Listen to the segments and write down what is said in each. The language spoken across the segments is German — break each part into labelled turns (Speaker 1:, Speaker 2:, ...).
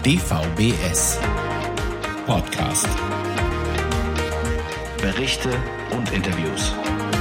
Speaker 1: DVBS Podcast. Berichte und Interviews.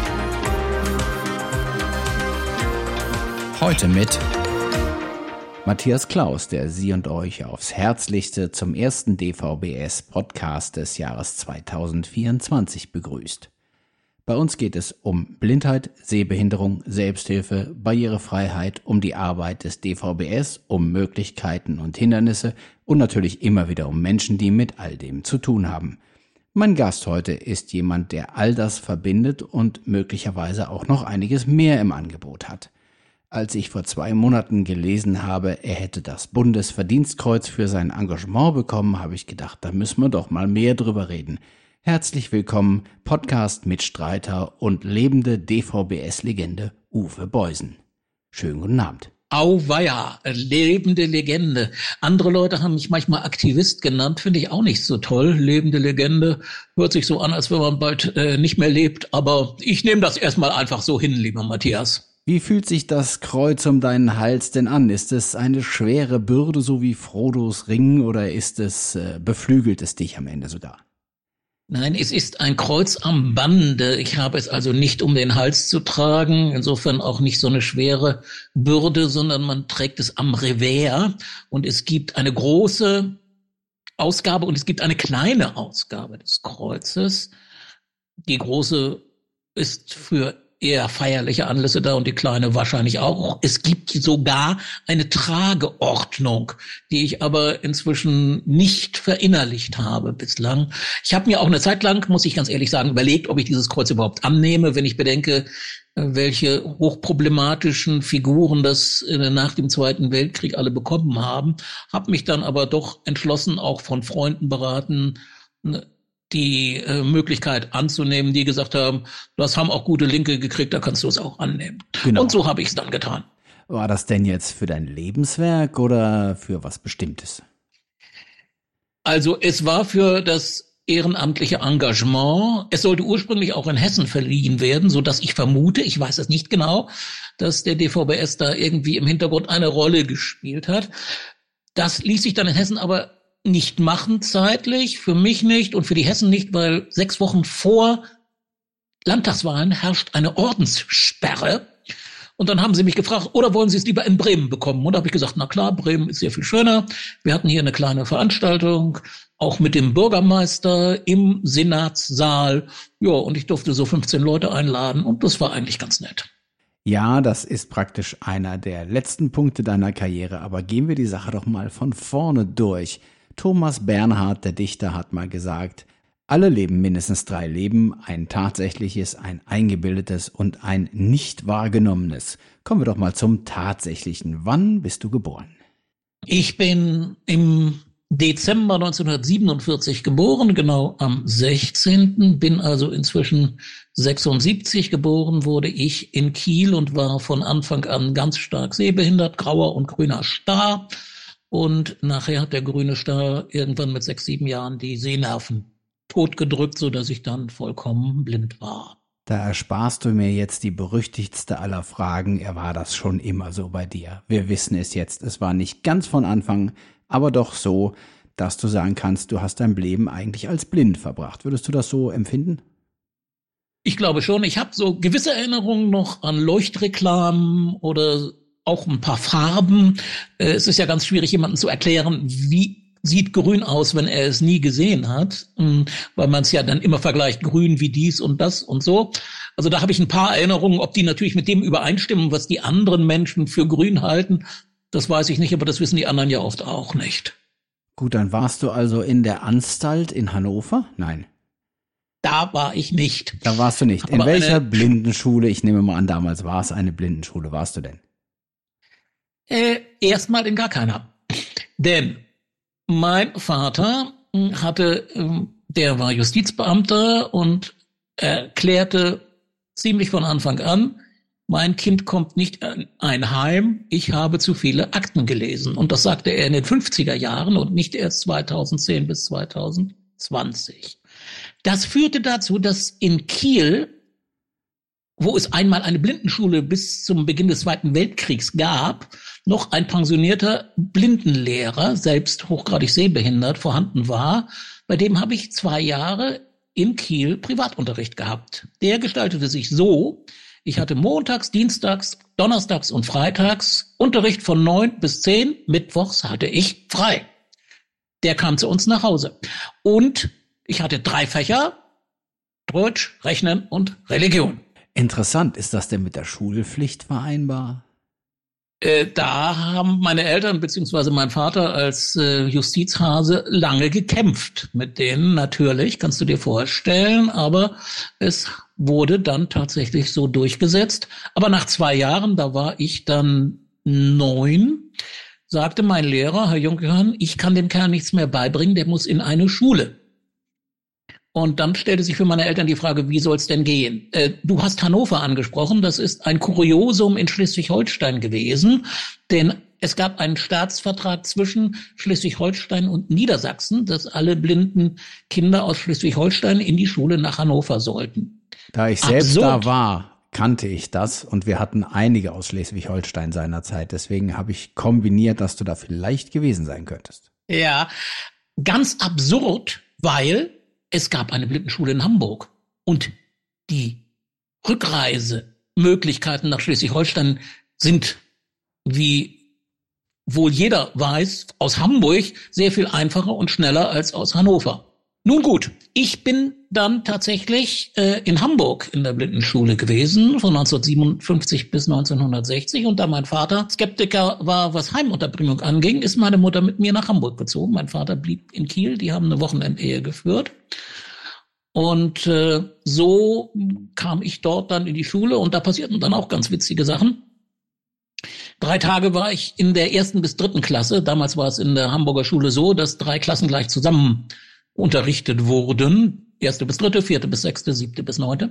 Speaker 1: Heute mit Matthias Klaus, der Sie und euch aufs Herz legte zum ersten DVBS Podcast des Jahres 2024 begrüßt. Bei uns geht es um Blindheit, Sehbehinderung, Selbsthilfe, Barrierefreiheit, um die Arbeit des DVBS, um Möglichkeiten und Hindernisse und natürlich immer wieder um Menschen, die mit all dem zu tun haben. Mein Gast heute ist jemand, der all das verbindet und möglicherweise auch noch einiges mehr im Angebot hat. Als ich vor 2 Monaten gelesen habe, er hätte das Bundesverdienstkreuz für sein Engagement bekommen, habe ich gedacht, da müssen wir doch mal mehr drüber reden. Herzlich willkommen, Podcast-Mitstreiter und lebende DVBS-Legende Uwe Beusen. Schönen guten Abend.
Speaker 2: Auweia, lebende Legende. Andere Leute haben mich manchmal Aktivist genannt, finde ich auch nicht so toll. Lebende Legende hört sich so an, als wenn man bald nicht mehr lebt. Aber ich nehme das erstmal einfach so hin, lieber Matthias.
Speaker 1: Wie fühlt sich das Kreuz um deinen Hals denn an? Ist es eine schwere Bürde, so wie Frodos Ring, oder beflügelt es dich am Ende sogar?
Speaker 2: Nein, es ist ein Kreuz am Bande. Ich habe es also nicht um den Hals zu tragen, insofern auch nicht so eine schwere Bürde, sondern man trägt es am Revers. Und es gibt eine große Ausgabe und es gibt eine kleine Ausgabe des Kreuzes. Die große ist für eher feierliche Anlässe da und die kleine wahrscheinlich auch. Es gibt sogar eine Trageordnung, die ich aber inzwischen nicht verinnerlicht habe bislang. Ich habe mir auch eine Zeit lang, muss ich ganz ehrlich sagen, überlegt, ob ich dieses Kreuz überhaupt annehme, wenn ich bedenke, welche hochproblematischen Figuren das nach dem Zweiten Weltkrieg alle bekommen haben. Habe mich dann aber doch entschlossen, auch von Freunden beraten, die Möglichkeit anzunehmen, die gesagt haben, das haben auch gute Linke gekriegt, da kannst du es auch annehmen. Genau. Und so habe ich es dann getan.
Speaker 1: War das denn jetzt für dein Lebenswerk oder für was Bestimmtes?
Speaker 2: Also es war für das ehrenamtliche Engagement. Es sollte ursprünglich auch in Hessen verliehen werden, so dass ich vermute, ich weiß es nicht genau, dass der DVBS da irgendwie im Hintergrund eine Rolle gespielt hat. Das ließ sich dann in Hessen aber nicht machen zeitlich, für mich nicht und für die Hessen nicht, weil 6 Wochen vor Landtagswahlen herrscht eine Ordenssperre. Und dann haben sie mich gefragt, oder wollen Sie es lieber in Bremen bekommen? Und da habe ich gesagt, na klar, Bremen ist sehr viel schöner. Wir hatten hier eine kleine Veranstaltung, auch mit dem Bürgermeister im Senatssaal. Ja, und ich durfte so 15 Leute einladen und das war eigentlich ganz nett.
Speaker 1: Ja, das ist praktisch einer der letzten Punkte deiner Karriere, aber gehen wir die Sache doch mal von vorne durch. Thomas Bernhard, der Dichter, hat mal gesagt, alle leben mindestens 3 Leben, ein tatsächliches, ein eingebildetes und ein nicht wahrgenommenes. Kommen wir doch mal zum Tatsächlichen. Wann bist du geboren?
Speaker 2: Ich bin im Dezember 1947 geboren, genau am 16. Bin also inzwischen 76 geboren, wurde ich in Kiel und war von Anfang an ganz stark sehbehindert, grauer und grüner Star. Und nachher hat der grüne Star irgendwann mit 6, 7 Jahren die Sehnerven totgedrückt, sodass ich dann vollkommen blind war.
Speaker 1: Da ersparst du mir jetzt die berüchtigtste aller Fragen. War das schon immer so bei dir? Wir wissen es jetzt. Es war nicht ganz von Anfang, aber doch so, dass du sagen kannst, du hast dein Leben eigentlich als blind verbracht. Würdest du das so empfinden?
Speaker 2: Ich glaube schon. Ich habe so gewisse Erinnerungen noch an Leuchtreklamen oder auch ein paar Farben. Es ist ja ganz schwierig, jemandem zu erklären, wie sieht grün aus, wenn er es nie gesehen hat, weil man es ja dann immer vergleicht, grün wie dies und das und so. Also da habe ich ein paar Erinnerungen, ob die natürlich mit dem übereinstimmen, was die anderen Menschen für grün halten, das weiß ich nicht, aber das wissen die anderen ja oft auch nicht.
Speaker 1: Gut, dann warst du also in der Anstalt in Hannover? Nein.
Speaker 2: Da war ich nicht.
Speaker 1: Da warst du nicht. In welcher Blindenschule, ich nehme mal an, damals war es eine Blindenschule, warst du denn?
Speaker 2: Erstmal in gar keiner. Denn mein Vater der war Justizbeamter und erklärte ziemlich von Anfang an, mein Kind kommt nicht in ein Heim, ich habe zu viele Akten gelesen. Und das sagte er in den 50er Jahren und nicht erst 2010 bis 2020. Das führte dazu, dass in Kiel wo es einmal eine Blindenschule bis zum Beginn des Zweiten Weltkriegs gab, noch ein pensionierter Blindenlehrer, selbst hochgradig sehbehindert, vorhanden war. Bei dem habe ich 2 Jahre in Kiel Privatunterricht gehabt. Der gestaltete sich so: Ich hatte montags, dienstags, donnerstags und freitags Unterricht von 9 bis 10. Mittwochs hatte ich frei. Der kam zu uns nach Hause. Und ich hatte 3 Fächer: Deutsch, Rechnen und Religion.
Speaker 1: Interessant. Ist das denn mit der Schulpflicht vereinbar?
Speaker 2: Da haben meine Eltern beziehungsweise mein Vater als Justizhase lange gekämpft mit denen, natürlich, kannst du dir vorstellen, aber es wurde dann tatsächlich so durchgesetzt. Aber nach 2 Jahren, da war ich dann 9, sagte mein Lehrer, Herr Junckern, ich kann dem Kerl nichts mehr beibringen, der muss in eine Schule. Und dann stellte sich für meine Eltern die Frage, wie soll es denn gehen? Du hast Hannover angesprochen, das ist ein Kuriosum in Schleswig-Holstein gewesen, denn es gab einen Staatsvertrag zwischen Schleswig-Holstein und Niedersachsen, dass alle blinden Kinder aus Schleswig-Holstein in die Schule nach Hannover sollten.
Speaker 1: Da ich selbst da war, kannte ich das und wir hatten einige aus Schleswig-Holstein seinerzeit. Deswegen habe ich kombiniert, dass du da vielleicht gewesen sein könntest.
Speaker 2: Ja, ganz absurd, weil es gab eine Blindenschule in Hamburg und die Rückreisemöglichkeiten nach Schleswig-Holstein sind, wie wohl jeder weiß, aus Hamburg sehr viel einfacher und schneller als aus Hannover. Nun gut, ich bin dann tatsächlich in Hamburg in der Blindenschule gewesen, von 1957 bis 1960. Und da mein Vater Skeptiker war, was Heimunterbringung anging, ist meine Mutter mit mir nach Hamburg gezogen. Mein Vater blieb in Kiel, die haben eine Wochenendehe geführt. Und so kam ich dort dann in die Schule und da passierten dann auch ganz witzige Sachen. 3 Tage war ich in der 1. bis 3. Klasse. Damals war es in der Hamburger Schule so, dass 3 Klassen gleich zusammen unterrichtet wurden. 1. bis 3., 4. bis 6., 7. bis 9.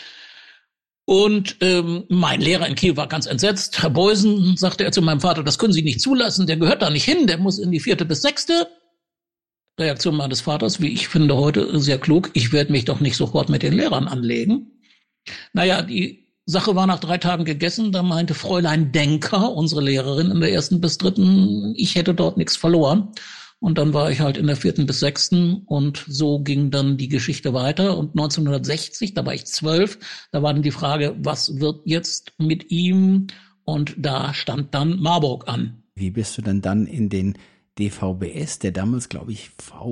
Speaker 2: Und mein Lehrer in Kiel war ganz entsetzt. Herr Beusen, sagte er zu meinem Vater, das können Sie nicht zulassen, der gehört da nicht hin, der muss in die 4. bis 6. Reaktion meines Vaters, wie ich finde heute sehr klug, ich werde mich doch nicht sofort mit den Lehrern anlegen. Naja, die Sache war nach 3 Tagen gegessen, da meinte Fräulein Denker, unsere Lehrerin in der 1. bis 3., ich hätte dort nichts verloren. Und dann war ich halt in der 4. bis 6. und so ging dann die Geschichte weiter. Und 1960, da war ich 12, da war dann die Frage, was wird jetzt mit ihm? Und da stand dann Marburg an.
Speaker 1: Wie bist du denn dann in den DVBS, der damals, glaube ich,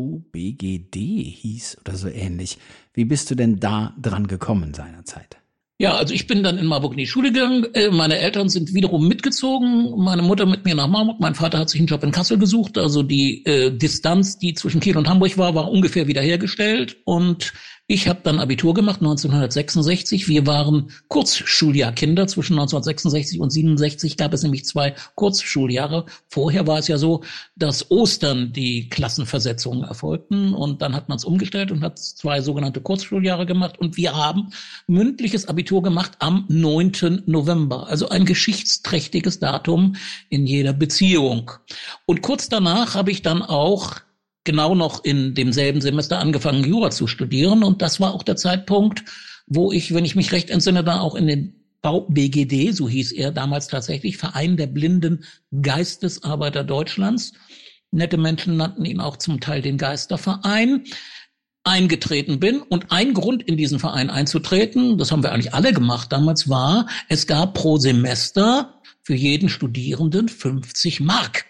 Speaker 1: VBGD hieß oder so ähnlich. Wie bist du denn da dran gekommen seinerzeit?
Speaker 2: Ja, also ich bin dann in Marburg in die Schule gegangen. Meine Eltern sind wiederum mitgezogen. Meine Mutter mit mir nach Marburg. Mein Vater hat sich einen Job in Kassel gesucht. Also die Distanz, die zwischen Kiel und Hamburg war ungefähr wiederhergestellt. Und ich habe dann Abitur gemacht 1966. Wir waren Kurzschuljahrkinder. Zwischen 1966 und 67 gab es nämlich 2 Kurzschuljahre. Vorher war es ja so, dass Ostern die Klassenversetzungen erfolgten. Und dann hat man es umgestellt und hat 2 sogenannte Kurzschuljahre gemacht. Und wir haben mündliches Abitur gemacht am 9. November. Also ein geschichtsträchtiges Datum in jeder Beziehung. Und kurz danach habe ich dann auch genau noch in demselben Semester angefangen, Jura zu studieren. Und das war auch der Zeitpunkt, wo ich, wenn ich mich recht entsinne, dann auch in den VBGD, so hieß er damals tatsächlich, Verein der blinden Geistesarbeiter Deutschlands. Nette Menschen nannten ihn auch zum Teil den Geisterverein, eingetreten bin. Und ein Grund, in diesen Verein einzutreten, das haben wir eigentlich alle gemacht damals, war, es gab pro Semester für jeden Studierenden 50 Mark.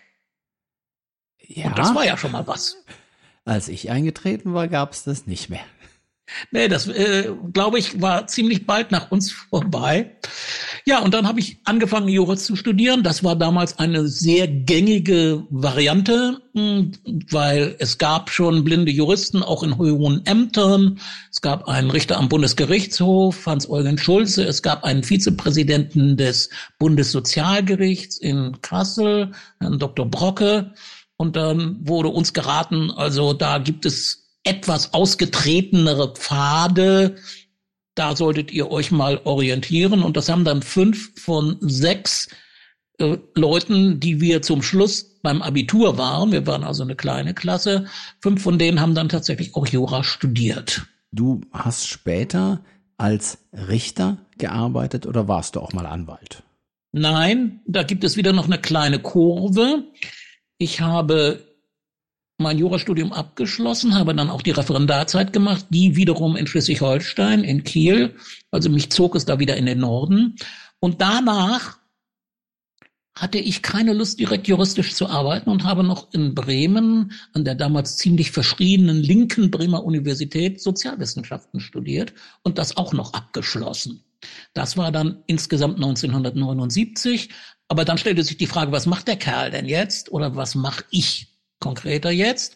Speaker 1: Ja.
Speaker 2: Und das war ja schon mal was.
Speaker 1: Als ich eingetreten war, gab es das nicht mehr.
Speaker 2: Nee, das, glaube ich, war ziemlich bald nach uns vorbei. Ja, und dann habe ich angefangen, Jura zu studieren. Das war damals eine sehr gängige Variante, weil es gab schon blinde Juristen, auch in hohen Ämtern. Es gab einen Richter am Bundesgerichtshof, Hans-Eugen Schulze. Es gab einen Vizepräsidenten des Bundessozialgerichts in Kassel, Herrn Dr. Brocke. Und dann wurde uns geraten, also da gibt es etwas ausgetretenere Pfade, da solltet ihr euch mal orientieren. Und das haben dann 5 von 6 Leuten, die wir zum Schluss beim Abitur waren, wir waren also eine kleine Klasse, 5 von denen haben dann tatsächlich auch Jura studiert.
Speaker 1: Du hast später als Richter gearbeitet oder warst du auch mal Anwalt?
Speaker 2: Nein, da gibt es wieder noch eine kleine Kurve. Ich habe mein Jurastudium abgeschlossen, habe dann auch die Referendarzeit gemacht, die wiederum in Schleswig-Holstein, in Kiel. Also mich zog es da wieder in den Norden. Und danach hatte ich keine Lust, direkt juristisch zu arbeiten und habe noch in Bremen an der damals ziemlich verschrienen linken Bremer Universität Sozialwissenschaften studiert und das auch noch abgeschlossen. Das war dann insgesamt 1979. Aber dann stellte sich die Frage, was macht der Kerl denn jetzt oder was mache ich konkreter jetzt?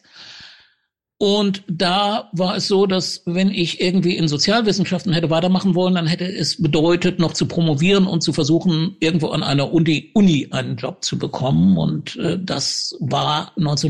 Speaker 2: Und da war es so, dass wenn ich irgendwie in Sozialwissenschaften hätte weitermachen wollen, dann hätte es bedeutet, noch zu promovieren und zu versuchen, irgendwo an einer Uni einen Job zu bekommen. Und das war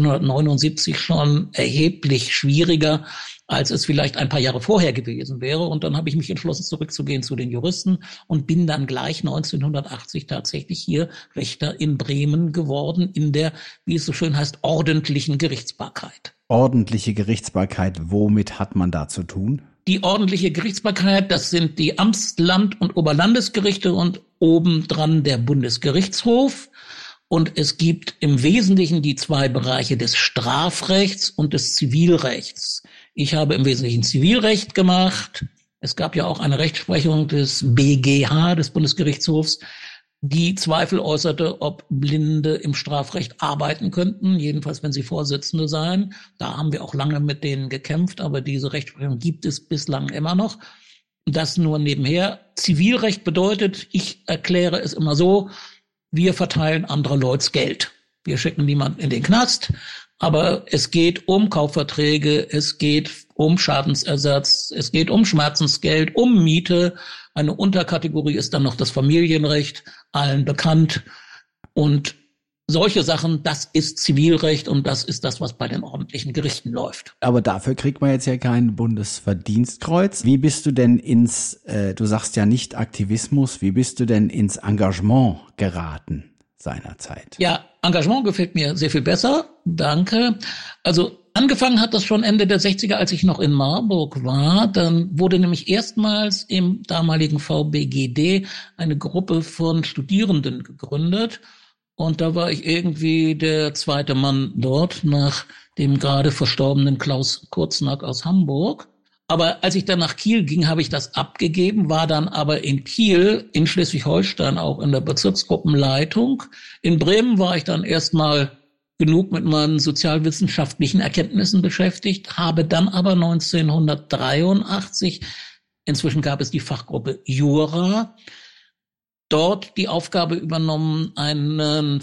Speaker 2: 1979 schon erheblich schwieriger, als es vielleicht ein paar Jahre vorher gewesen wäre. Und dann habe ich mich entschlossen, zurückzugehen zu den Juristen und bin dann gleich 1980 tatsächlich hier Richter in Bremen geworden, in der, wie es so schön heißt, ordentlichen Gerichtsbarkeit.
Speaker 1: Ordentliche Gerichtsbarkeit, womit hat man da zu tun?
Speaker 2: Die ordentliche Gerichtsbarkeit, das sind die Amts-, Land- und Oberlandesgerichte und obendran der Bundesgerichtshof. Und es gibt im Wesentlichen die zwei Bereiche des Strafrechts und des Zivilrechts. Ich habe im Wesentlichen Zivilrecht gemacht. Es gab ja auch eine Rechtsprechung des BGH, des Bundesgerichtshofs, die Zweifel äußerte, ob Blinde im Strafrecht arbeiten könnten, jedenfalls wenn sie Vorsitzende seien. Da haben wir auch lange mit denen gekämpft, aber diese Rechtsprechung gibt es bislang immer noch. Das nur nebenher. Zivilrecht bedeutet, ich erkläre es immer so, wir verteilen anderer Leute Geld. Wir schicken niemanden in den Knast, aber es geht um Kaufverträge, es geht um Schadensersatz, es geht um Schmerzensgeld, um Miete. Eine Unterkategorie ist dann noch das Familienrecht, allen bekannt. Und solche Sachen, das ist Zivilrecht und das ist das, was bei den ordentlichen Gerichten läuft.
Speaker 1: Aber dafür kriegt man jetzt ja kein Bundesverdienstkreuz. Wie bist du denn du sagst ja nicht Aktivismus, wie bist du denn ins Engagement geraten seinerzeit?
Speaker 2: Ja, Engagement gefällt mir sehr viel besser, danke. Also angefangen hat das schon Ende der 60er, als ich noch in Marburg war. Dann wurde nämlich erstmals im damaligen VBGD eine Gruppe von Studierenden gegründet. Und da war ich irgendwie der zweite Mann dort nach dem gerade verstorbenen Klaus Kurznack aus Hamburg. Aber als ich dann nach Kiel ging, habe ich das abgegeben, war dann aber in Kiel, in Schleswig-Holstein auch in der Bezirksgruppenleitung. In Bremen war ich dann erstmal genug mit meinen sozialwissenschaftlichen Erkenntnissen beschäftigt, habe dann aber 1983, inzwischen gab es die Fachgruppe Jura, dort die Aufgabe übernommen, einen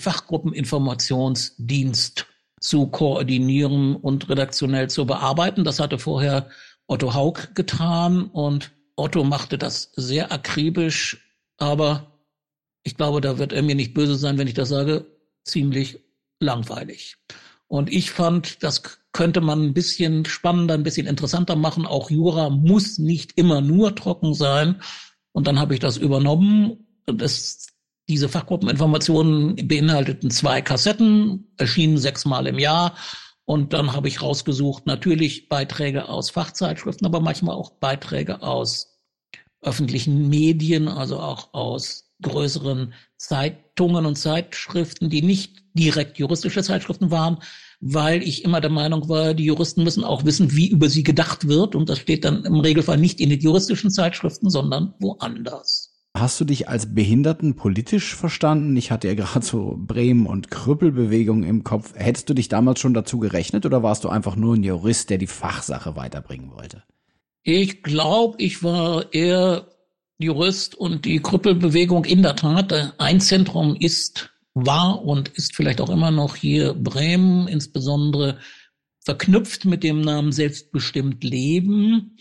Speaker 2: Fachgruppeninformationsdienst zu koordinieren und redaktionell zu bearbeiten. Das hatte vorher Otto Haug getan und Otto machte das sehr akribisch, aber ich glaube, da wird er mir nicht böse sein, wenn ich das sage, ziemlich langweilig. Und ich fand, das könnte man ein bisschen spannender, ein bisschen interessanter machen. Auch Jura muss nicht immer nur trocken sein. Und dann habe ich das übernommen. Diese Fachgruppeninformationen beinhalteten 2 Kassetten, erschienen 6-mal im Jahr. Und dann habe ich rausgesucht, natürlich Beiträge aus Fachzeitschriften, aber manchmal auch Beiträge aus öffentlichen Medien, also auch aus größeren Zeitungen und Zeitschriften, die nicht direkt juristische Zeitschriften waren, weil ich immer der Meinung war, die Juristen müssen auch wissen, wie über sie gedacht wird. Und das steht dann im Regelfall nicht in den juristischen Zeitschriften, sondern woanders.
Speaker 1: Hast du dich als behindertenpolitisch verstanden? Ich hatte ja gerade so Bremen- und Krüppelbewegung im Kopf. Hättest du dich damals schon dazu gerechnet oder warst du einfach nur ein Jurist, der die Fachsache weiterbringen wollte?
Speaker 2: Ich glaube, ich war eher Jurist und die Krüppelbewegung in der Tat. Ein Zentrum war und ist vielleicht auch immer noch hier Bremen, insbesondere verknüpft mit dem Namen Selbstbestimmt Leben.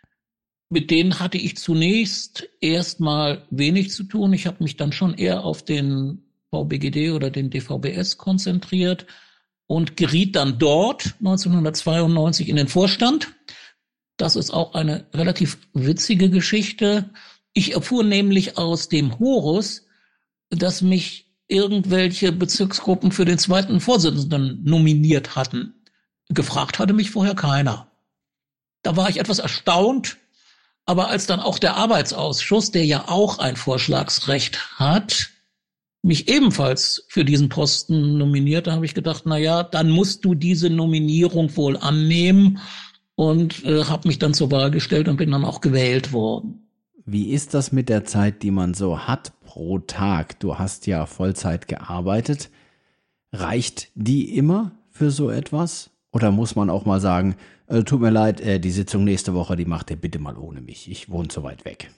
Speaker 2: Mit denen hatte ich zunächst erstmal wenig zu tun. Ich habe mich dann schon eher auf den VBGD oder den DVBS konzentriert und geriet dann dort 1992 in den Vorstand. Das ist auch eine relativ witzige Geschichte. Ich erfuhr nämlich aus dem Horus, dass mich irgendwelche Bezirksgruppen für den zweiten Vorsitzenden nominiert hatten. Gefragt hatte mich vorher keiner. Da war ich etwas erstaunt, Aber als dann auch der Arbeitsausschuss, der ja auch ein Vorschlagsrecht hat, mich ebenfalls für diesen Posten nominierte, habe ich gedacht, na ja, dann musst du diese Nominierung wohl annehmen und habe mich dann zur Wahl gestellt und bin dann auch gewählt worden.
Speaker 1: Wie ist das mit der Zeit, die man so hat pro Tag? Du hast ja Vollzeit gearbeitet. Reicht die immer für so etwas? Oder muss man auch mal sagen, tut mir leid, die Sitzung nächste Woche, die macht ihr bitte mal ohne mich. Ich wohne so weit weg.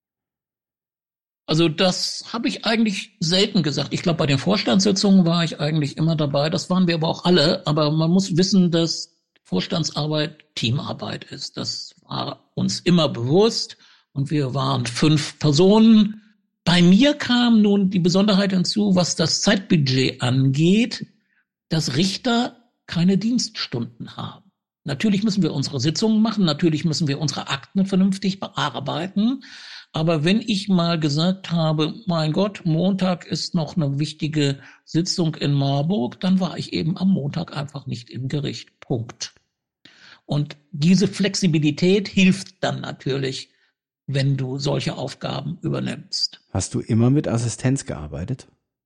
Speaker 2: Also das habe ich eigentlich selten gesagt. Ich glaube, bei den Vorstandssitzungen war ich eigentlich immer dabei. Das waren wir aber auch alle. Aber man muss wissen, dass Vorstandsarbeit Teamarbeit ist. Das war uns immer bewusst. Und wir waren 5 Personen. Bei mir kam nun die Besonderheit hinzu, was das Zeitbudget angeht, dass Richter keine Dienststunden haben. Natürlich müssen wir unsere Sitzungen machen. Natürlich müssen wir unsere Akten vernünftig bearbeiten. Aber wenn ich mal gesagt habe, mein Gott, Montag ist noch eine wichtige Sitzung in Marburg, dann war ich eben am Montag einfach nicht im Gericht. Punkt. Und diese Flexibilität hilft dann natürlich, wenn du solche Aufgaben übernimmst.
Speaker 1: Hast du immer mit Assistenz gearbeitet?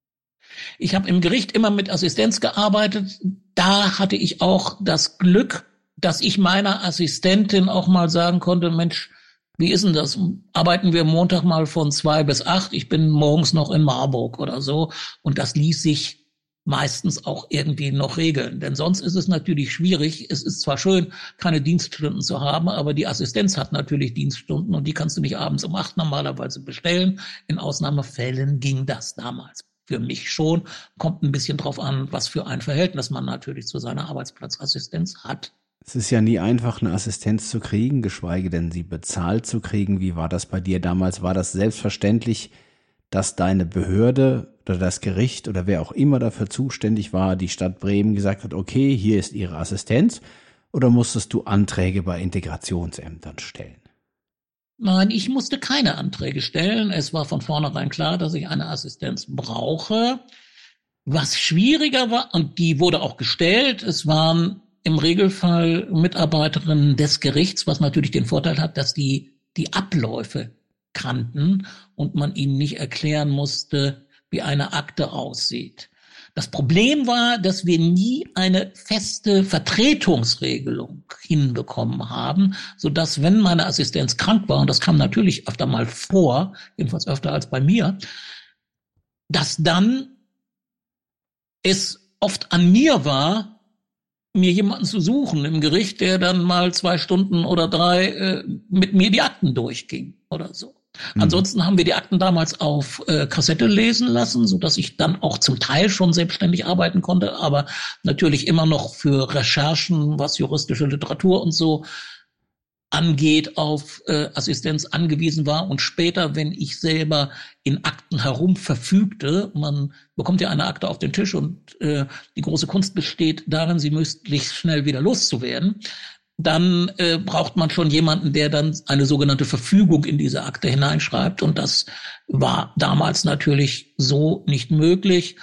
Speaker 2: Ich habe im Gericht immer mit Assistenz gearbeitet. Da hatte ich auch das Glück, dass ich meiner Assistentin auch mal sagen konnte, Mensch, wie ist denn das? Arbeiten wir Montag mal von 2 bis 8? Ich bin morgens noch in Marburg oder so. Und das ließ sich meistens auch irgendwie noch regeln. Denn sonst ist es natürlich schwierig. Es ist zwar schön, keine Dienststunden zu haben, aber die Assistenz hat natürlich Dienststunden und die kannst du nicht abends um 8 normalerweise bestellen. In Ausnahmefällen ging das damals. Für mich schon. Kommt ein bisschen drauf an, was für ein Verhältnis man natürlich zu seiner Arbeitsplatzassistenz hat.
Speaker 1: Es ist ja nie einfach, eine Assistenz zu kriegen, geschweige denn sie bezahlt zu kriegen. Wie war das bei dir damals? War das selbstverständlich, dass deine Behörde oder das Gericht oder wer auch immer dafür zuständig war, die Stadt Bremen gesagt hat, okay, hier ist ihre Assistenz? Oder musstest du Anträge bei Integrationsämtern stellen?
Speaker 2: Nein, ich musste keine Anträge stellen. Es war von vornherein klar, dass ich eine Assistenz brauche. Was schwieriger war, und die wurde auch gestellt, es waren im Regelfall Mitarbeiterinnen des Gerichts, was natürlich den Vorteil hat, dass die Abläufe kannten und man ihnen nicht erklären musste, wie eine Akte aussieht. Das Problem war, dass wir nie eine feste Vertretungsregelung hinbekommen haben, sodass, wenn meine Assistenz krank war, und das kam natürlich öfter mal vor, jedenfalls öfter als bei mir, dass dann es oft an mir war, mir jemanden zu suchen im Gericht, der dann mal 2 Stunden oder 3 mit mir die Akten durchging oder so. Ansonsten haben wir die Akten damals auf Kassette lesen lassen, so dass ich dann auch zum Teil schon selbstständig arbeiten konnte, aber natürlich immer noch für Recherchen, was juristische Literatur und so angeht, auf Assistenz angewiesen war. Und später, wenn ich selber in Akten herum verfügte, man bekommt ja eine Akte auf den Tisch und die große Kunst besteht darin, sie möglichst schnell wieder loszuwerden, dann braucht man schon jemanden, der dann eine sogenannte Verfügung in diese Akte hineinschreibt. Und das war damals natürlich so nicht möglich,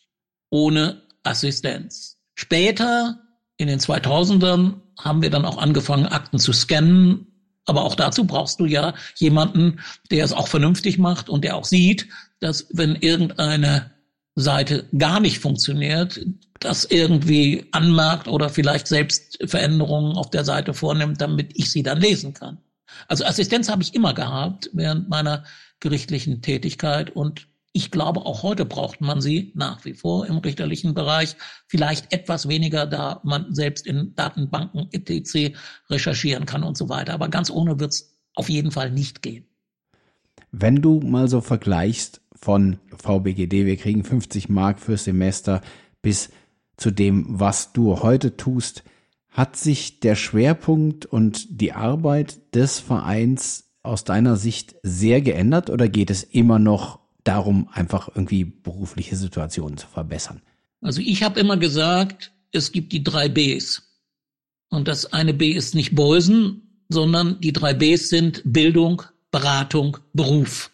Speaker 2: ohne Assistenz. Später, in den 2000ern, haben wir dann auch angefangen, Akten zu scannen. Aber auch dazu brauchst du ja jemanden, der es auch vernünftig macht und der auch sieht, dass wenn irgendeine Seite gar nicht funktioniert, das irgendwie anmerkt oder vielleicht selbst Veränderungen auf der Seite vornimmt, damit ich sie dann lesen kann. Also Assistenz habe ich immer gehabt während meiner gerichtlichen Tätigkeit und ich glaube, auch heute braucht man sie nach wie vor im richterlichen Bereich. Vielleicht etwas weniger, da man selbst in Datenbanken etc. recherchieren kann und so weiter. Aber ganz ohne wird es auf jeden Fall nicht gehen.
Speaker 1: Wenn du mal so vergleichst von VBGD, wir kriegen 50 Mark fürs Semester, bis zu dem, was du heute tust, hat sich der Schwerpunkt und die Arbeit des Vereins aus deiner Sicht sehr geändert oder geht es immer noch darum, einfach irgendwie berufliche Situationen zu verbessern?
Speaker 2: Also ich habe immer gesagt, es gibt die 3 Bs. Und das eine B ist nicht Beusen, sondern die 3 Bs sind Bildung, Beratung, Beruf.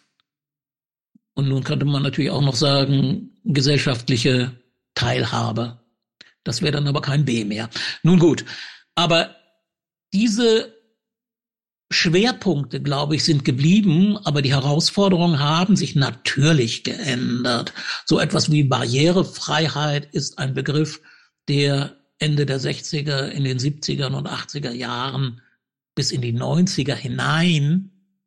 Speaker 2: Und nun könnte man natürlich auch noch sagen, gesellschaftliche Teilhabe. Das wäre dann aber kein B mehr. Nun gut, aber diese Schwerpunkte, glaube ich, sind geblieben, aber die Herausforderungen haben sich natürlich geändert. So etwas wie Barrierefreiheit ist ein Begriff, der Ende der 60er, in den 70er und 80er Jahren bis in die 90er hinein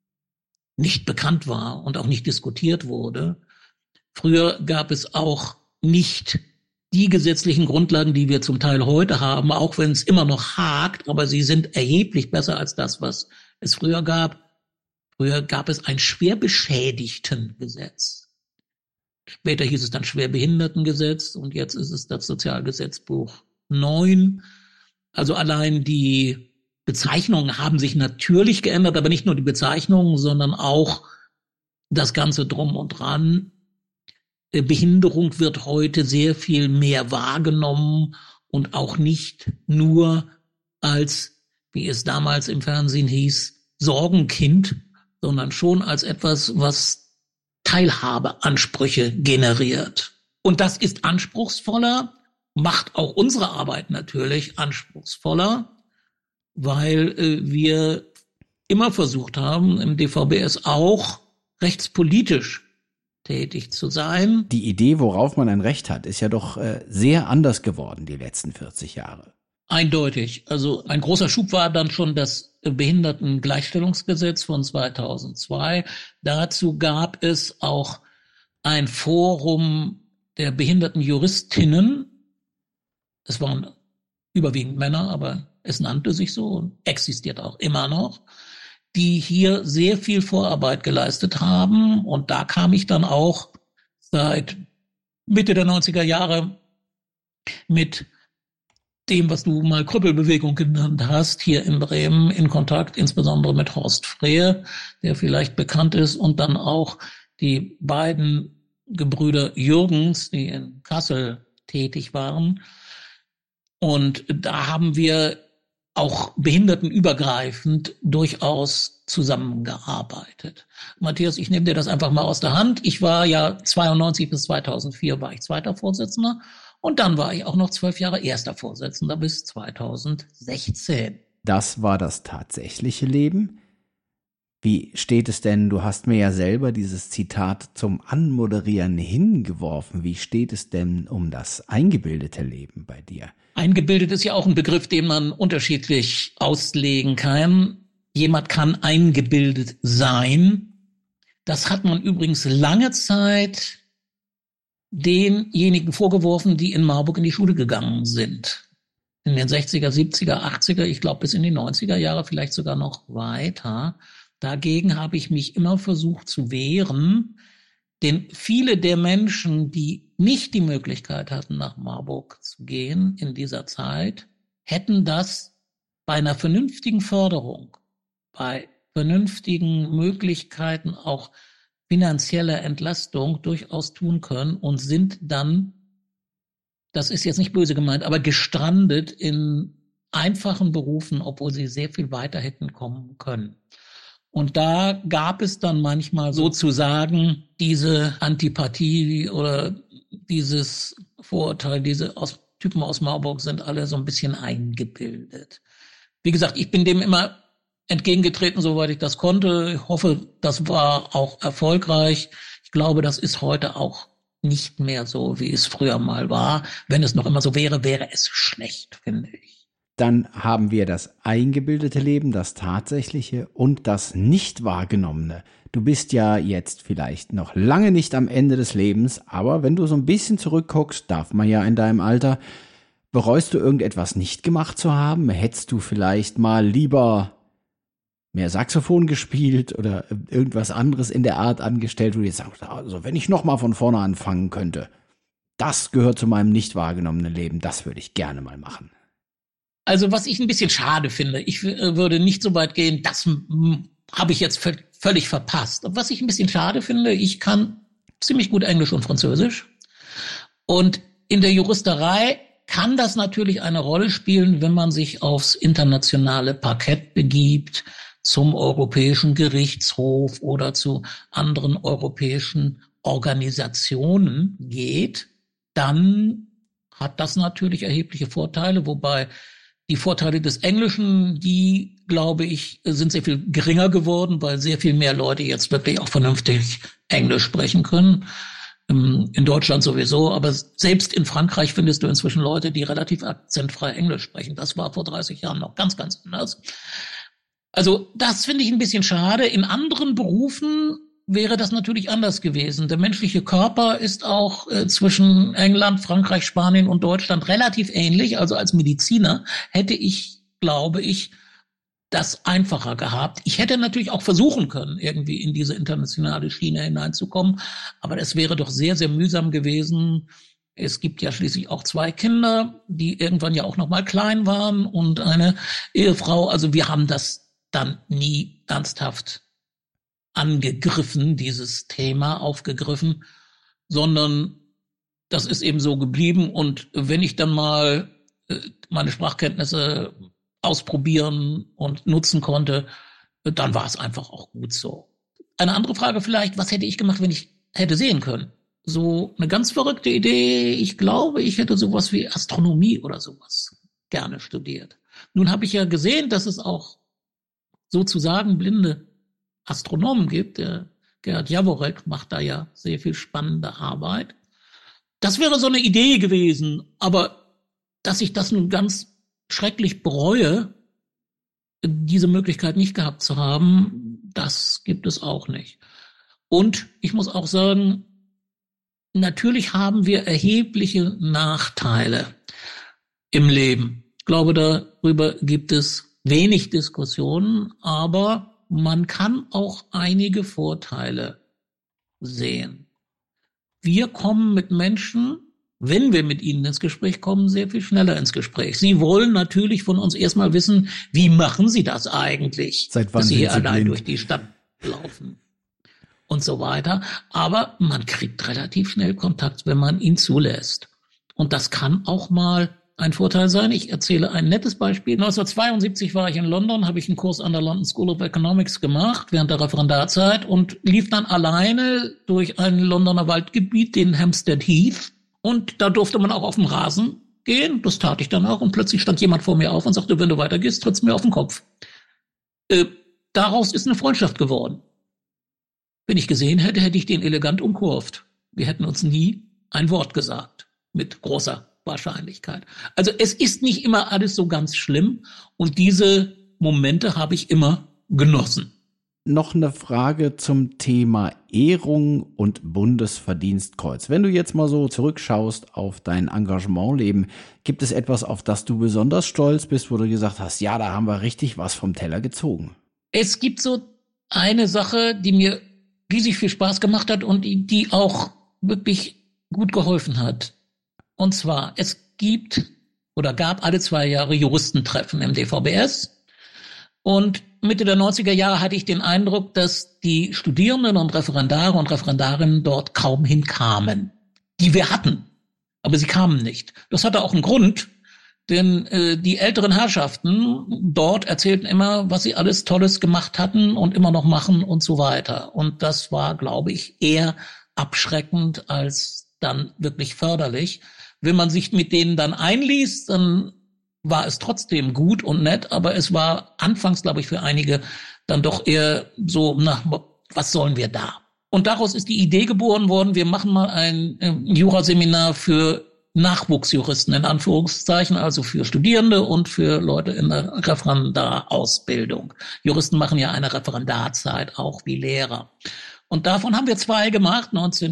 Speaker 2: nicht bekannt war und auch nicht diskutiert wurde. Früher gab es auch nicht die gesetzlichen Grundlagen, die wir zum Teil heute haben, auch wenn es immer noch hakt, aber sie sind erheblich besser als das, was es früher gab. Früher gab es ein Schwerbeschädigtengesetz. Später hieß es dann Schwerbehindertengesetz und jetzt ist es das Sozialgesetzbuch 9. Also allein die Bezeichnungen haben sich natürlich geändert, aber nicht nur die Bezeichnungen, sondern auch das Ganze drum und dran. Behinderung wird heute sehr viel mehr wahrgenommen und auch nicht nur als, wie es damals im Fernsehen hieß, Sorgenkind, sondern schon als etwas, was Teilhabeansprüche generiert. Und das ist anspruchsvoller, macht auch unsere Arbeit natürlich anspruchsvoller, weil wir immer versucht haben, im DVBS auch rechtspolitisch tätig zu sein.
Speaker 1: Die Idee, worauf man ein Recht hat, ist ja doch sehr anders geworden die letzten 40 Jahre.
Speaker 2: Eindeutig. Also ein großer Schub war dann schon das Behindertengleichstellungsgesetz von 2002. Dazu gab es auch ein Forum der Behindertenjuristinnen. Es waren überwiegend Männer, aber es nannte sich so und existiert auch immer noch, die hier sehr viel Vorarbeit geleistet haben. Und da kam ich dann auch seit Mitte der 90er Jahre mit dem, was du mal Krüppelbewegung genannt hast, hier in Bremen in Kontakt, insbesondere mit Horst Frehe, der vielleicht bekannt ist, und dann auch die beiden Gebrüder Jürgens, die in Kassel tätig waren. Und da haben wir auch behindertenübergreifend durchaus zusammengearbeitet. Matthias, ich nehme dir das einfach mal aus der Hand. Ich war ja 92 bis 2004 war ich zweiter Vorsitzender und dann war ich auch noch 12 Jahre erster Vorsitzender bis 2016.
Speaker 1: Das war das tatsächliche Leben. Wie steht es denn, du hast mir ja selber dieses Zitat zum Anmoderieren hingeworfen. Wie steht es denn um das eingebildete Leben bei dir?
Speaker 2: Eingebildet ist ja auch ein Begriff, den man unterschiedlich auslegen kann. Jemand kann eingebildet sein. Das hat man übrigens lange Zeit denjenigen vorgeworfen, die in Marburg in die Schule gegangen sind. In den 60er, 70er, 80er, ich glaube bis in die 90er Jahre, vielleicht sogar noch weiter. Dagegen habe ich mich immer versucht zu wehren, denn viele der Menschen, die nicht die Möglichkeit hatten, nach Marburg zu gehen in dieser Zeit, hätten das bei einer vernünftigen Förderung, bei vernünftigen Möglichkeiten auch finanzieller Entlastung durchaus tun können und sind dann, das ist jetzt nicht böse gemeint, aber gestrandet in einfachen Berufen, obwohl sie sehr viel weiter hätten kommen können. Und da gab es dann manchmal sozusagen diese Antipathie oder dieses Vorurteil, diese Typen aus Marburg sind alle so ein bisschen eingebildet. Wie gesagt, ich bin dem immer entgegengetreten, soweit ich das konnte. Ich hoffe, das war auch erfolgreich. Ich glaube, das ist heute auch nicht mehr so, wie es früher mal war. Wenn es noch immer so wäre, wäre es schlecht, finde ich.
Speaker 1: Dann haben wir das eingebildete Leben, das tatsächliche und das nicht wahrgenommene. Du bist ja jetzt vielleicht noch lange nicht am Ende des Lebens, aber wenn du so ein bisschen zurückguckst, darf man ja in deinem Alter, bereust du irgendetwas nicht gemacht zu haben? Hättest du vielleicht mal lieber mehr Saxophon gespielt oder irgendwas anderes in der Art angestellt, wo du jetzt sagst, also wenn ich noch mal von vorne anfangen könnte, das gehört zu meinem nicht wahrgenommenen Leben, das würde ich gerne mal machen.
Speaker 2: Also was ich ein bisschen schade finde, ich würde nicht so weit gehen, das habe ich jetzt völlig verpasst. Was ich ein bisschen schade finde, ich kann ziemlich gut Englisch und Französisch. Und in der Juristerei kann das natürlich eine Rolle spielen, wenn man sich aufs internationale Parkett begibt, zum Europäischen Gerichtshof oder zu anderen europäischen Organisationen geht, dann hat das natürlich erhebliche Vorteile, wobei die Vorteile des Englischen, die glaube ich, sind sehr viel geringer geworden, weil sehr viel mehr Leute jetzt wirklich auch vernünftig Englisch sprechen können. In Deutschland sowieso, aber selbst in Frankreich findest du inzwischen Leute, die relativ akzentfrei Englisch sprechen. Das war vor 30 Jahren noch ganz, ganz anders. Also das finde ich ein bisschen schade. In anderen Berufen wäre das natürlich anders gewesen. Der menschliche Körper ist auch zwischen England, Frankreich, Spanien und Deutschland relativ ähnlich. Also als Mediziner hätte ich, glaube ich, das einfacher gehabt. Ich hätte natürlich auch versuchen können, irgendwie in diese internationale Schiene hineinzukommen, aber das wäre doch sehr, sehr mühsam gewesen. Es gibt ja schließlich auch 2 Kinder, die irgendwann ja auch noch mal klein waren und eine Ehefrau. Also wir haben das dann nie ernsthaft angegriffen, dieses Thema aufgegriffen, sondern das ist eben so geblieben. Und wenn ich dann mal meine Sprachkenntnisse ausprobieren und nutzen konnte, dann war es einfach auch gut so. Eine andere Frage vielleicht, was hätte ich gemacht, wenn ich hätte sehen können? So eine ganz verrückte Idee. Ich glaube, ich hätte sowas wie Astronomie oder sowas gerne studiert. Nun habe ich ja gesehen, dass es auch sozusagen blinde Astronomen gibt. Der Gerhard Jaworek macht da ja sehr viel spannende Arbeit. Das wäre so eine Idee gewesen, aber dass ich das nun ganz schrecklich bereue, diese Möglichkeit nicht gehabt zu haben, das gibt es auch nicht. Und ich muss auch sagen, natürlich haben wir erhebliche Nachteile im Leben. Ich glaube, darüber gibt es wenig Diskussionen, aber man kann auch einige Vorteile sehen. Wir kommen mit Menschen, wenn wir mit ihnen ins Gespräch kommen, sehr viel schneller ins Gespräch. Sie wollen natürlich von uns erstmal wissen, wie machen Sie das eigentlich,
Speaker 1: Seit wann
Speaker 2: dass Sie hier allein
Speaker 1: blind?
Speaker 2: durch die Stadt laufen und so weiter. Aber man kriegt relativ schnell Kontakt, wenn man ihn zulässt. Und das kann auch mal ein Vorteil sein. Ich erzähle ein nettes Beispiel. 1972 war ich in London, habe ich einen Kurs an der London School of Economics gemacht während der Referendarzeit und lief dann alleine durch ein Londoner Waldgebiet, den Hampstead Heath. Und da durfte man auch auf dem Rasen gehen. Das tat ich dann auch. Und plötzlich stand jemand vor mir auf und sagte, wenn du weitergehst, trittst du mir auf den Kopf. Daraus ist eine Freundschaft geworden. Wenn ich gesehen hätte, hätte ich den elegant umkurvt. Wir hätten uns nie ein Wort gesagt. Mit großer Wahrscheinlichkeit. Also es ist nicht immer alles so ganz schlimm. Und diese Momente habe ich immer genossen.
Speaker 1: Noch eine Frage zum Thema Ehrung und Bundesverdienstkreuz. Wenn du jetzt mal so zurückschaust auf dein Engagementleben, gibt es etwas, auf das du besonders stolz bist, wo du gesagt hast, ja, da haben wir richtig was vom Teller gezogen?
Speaker 2: Es gibt so eine Sache, die mir riesig viel Spaß gemacht hat und die auch wirklich gut geholfen hat. Und zwar, es gibt oder gab alle 2 Jahre Juristentreffen im DVBS. Und Mitte der 90er Jahre hatte ich den Eindruck, dass die Studierenden und Referendare und Referendarinnen dort kaum hinkamen. Die wir hatten, aber sie kamen nicht. Das hatte auch einen Grund, denn die älteren Herrschaften dort erzählten immer, was sie alles Tolles gemacht hatten und immer noch machen und so weiter. Und das war, glaube ich, eher abschreckend als dann wirklich förderlich. Wenn man sich mit denen dann einließ, dann war es trotzdem gut und nett, aber es war anfangs, glaube ich, für einige dann doch eher so, na, was sollen wir da? Und daraus ist die Idee geboren worden, wir machen mal ein Juraseminar für Nachwuchsjuristen in Anführungszeichen, also für Studierende und für Leute in der Referendarausbildung. Juristen machen ja eine Referendarzeit, auch wie Lehrer. Und davon haben wir 2 gemacht,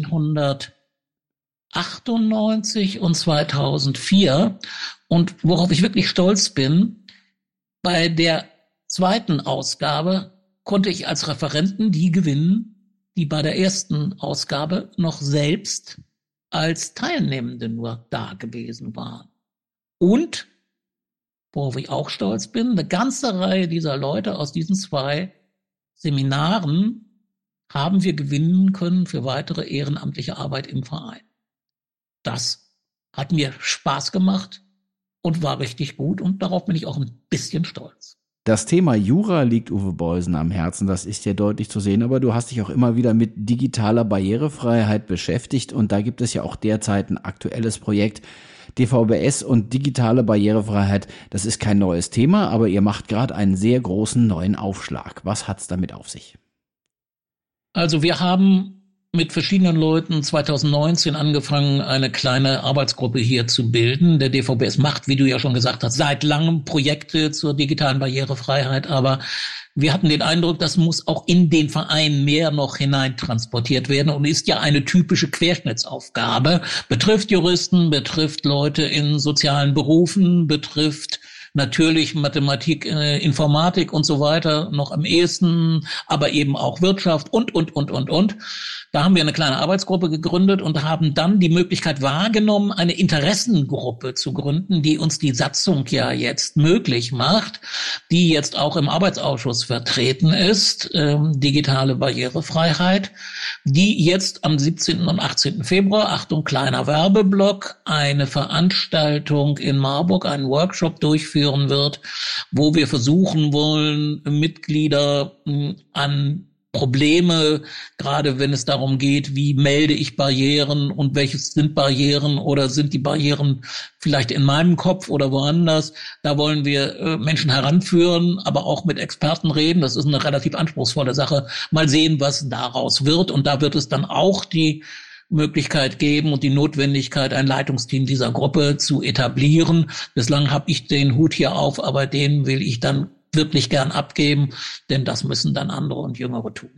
Speaker 2: 1998 und 2004. Und worauf ich wirklich stolz bin, bei der 2. Ausgabe konnte ich als Referenten die gewinnen, die bei der 1. Ausgabe noch selbst als Teilnehmende nur da gewesen waren. Und, worauf ich auch stolz bin, eine ganze Reihe dieser Leute aus diesen 2 Seminaren haben wir gewinnen können für weitere ehrenamtliche Arbeit im Verein. Das hat mir Spaß gemacht und war richtig gut und darauf bin ich auch ein bisschen stolz.
Speaker 1: Das Thema Jura liegt Uwe Beusen am Herzen, das ist ja deutlich zu sehen, aber du hast dich auch immer wieder mit digitaler Barrierefreiheit beschäftigt und da gibt es ja auch derzeit ein aktuelles Projekt, DVBS und digitale Barrierefreiheit, das ist kein neues Thema, aber ihr macht gerade einen sehr großen neuen Aufschlag. Was hat's damit auf sich?
Speaker 2: Also wir haben mit verschiedenen Leuten 2019 angefangen, eine kleine Arbeitsgruppe hier zu bilden. Der DVBS macht, wie du ja schon gesagt hast, seit langem Projekte zur digitalen Barrierefreiheit, aber wir hatten den Eindruck, das muss auch in den Verein mehr noch hineintransportiert werden und ist ja eine typische Querschnittsaufgabe. Betrifft Juristen, betrifft Leute in sozialen Berufen, betrifft natürlich Mathematik, Informatik und so weiter noch am ehesten, aber eben auch Wirtschaft und. Da haben wir eine kleine Arbeitsgruppe gegründet und haben dann die Möglichkeit wahrgenommen, eine Interessengruppe zu gründen, die uns die Satzung ja jetzt möglich macht, die jetzt auch im Arbeitsausschuss vertreten ist, digitale Barrierefreiheit, die jetzt am 17. und 18. Februar, Achtung, kleiner Werbeblock, eine Veranstaltung in Marburg, einen Workshop durchführen wird, wo wir versuchen wollen, Mitglieder an Probleme, gerade wenn es darum geht, wie melde ich Barrieren und welches sind Barrieren oder sind die Barrieren vielleicht in meinem Kopf oder woanders. Da wollen wir Menschen heranführen, aber auch mit Experten reden. Das ist eine relativ anspruchsvolle Sache. Mal sehen, was daraus wird. Und da wird es dann auch die Möglichkeit geben und die Notwendigkeit, ein Leitungsteam dieser Gruppe zu etablieren. Bislang habe ich den Hut hier auf, aber den will ich dann wirklich gern abgeben, denn das müssen dann andere und Jüngere tun.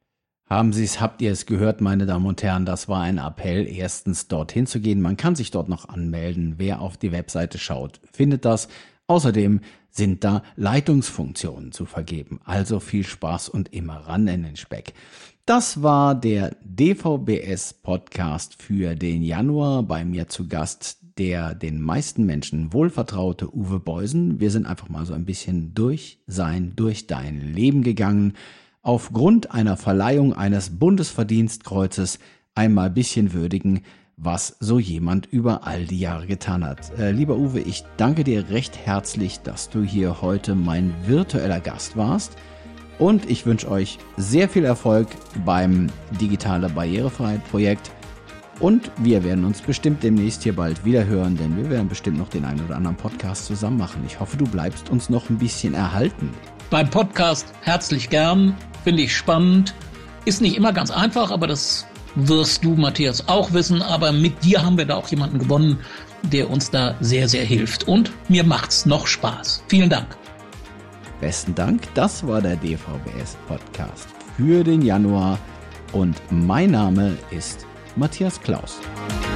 Speaker 1: Habt ihr es gehört, meine Damen und Herren, das war ein Appell, erstens dorthin zu gehen. Man kann sich dort noch anmelden. Wer auf die Webseite schaut, findet das. Außerdem sind da Leitungsfunktionen zu vergeben. Also viel Spaß und immer ran in den Speck. Das war der DVBS-Podcast für den Januar. Bei mir zu Gast der den meisten Menschen wohlvertraute Uwe Beusen. Wir sind einfach mal so ein bisschen durch dein Leben gegangen. Aufgrund einer Verleihung eines Bundesverdienstkreuzes einmal ein bisschen würdigen, was so jemand über all die Jahre getan hat. Lieber Uwe, ich danke dir recht herzlich, dass du hier heute mein virtueller Gast warst. Und ich wünsche euch sehr viel Erfolg beim Digitale Barrierefreiheit-Projekt. Und wir werden uns bestimmt demnächst hier bald wieder hören, denn wir werden bestimmt noch den einen oder anderen Podcast zusammen machen. Ich hoffe, du bleibst uns noch ein bisschen erhalten.
Speaker 2: Beim Podcast herzlich gern, finde ich spannend. Ist nicht immer ganz einfach, aber das wirst du, Matthias, auch wissen. Aber mit dir haben wir da auch jemanden gewonnen, der uns da sehr, sehr hilft. Und mir macht's noch Spaß. Vielen Dank.
Speaker 1: Besten Dank. Das war der DVBS-Podcast für den Januar. Und mein Name ist Matthias Klaus.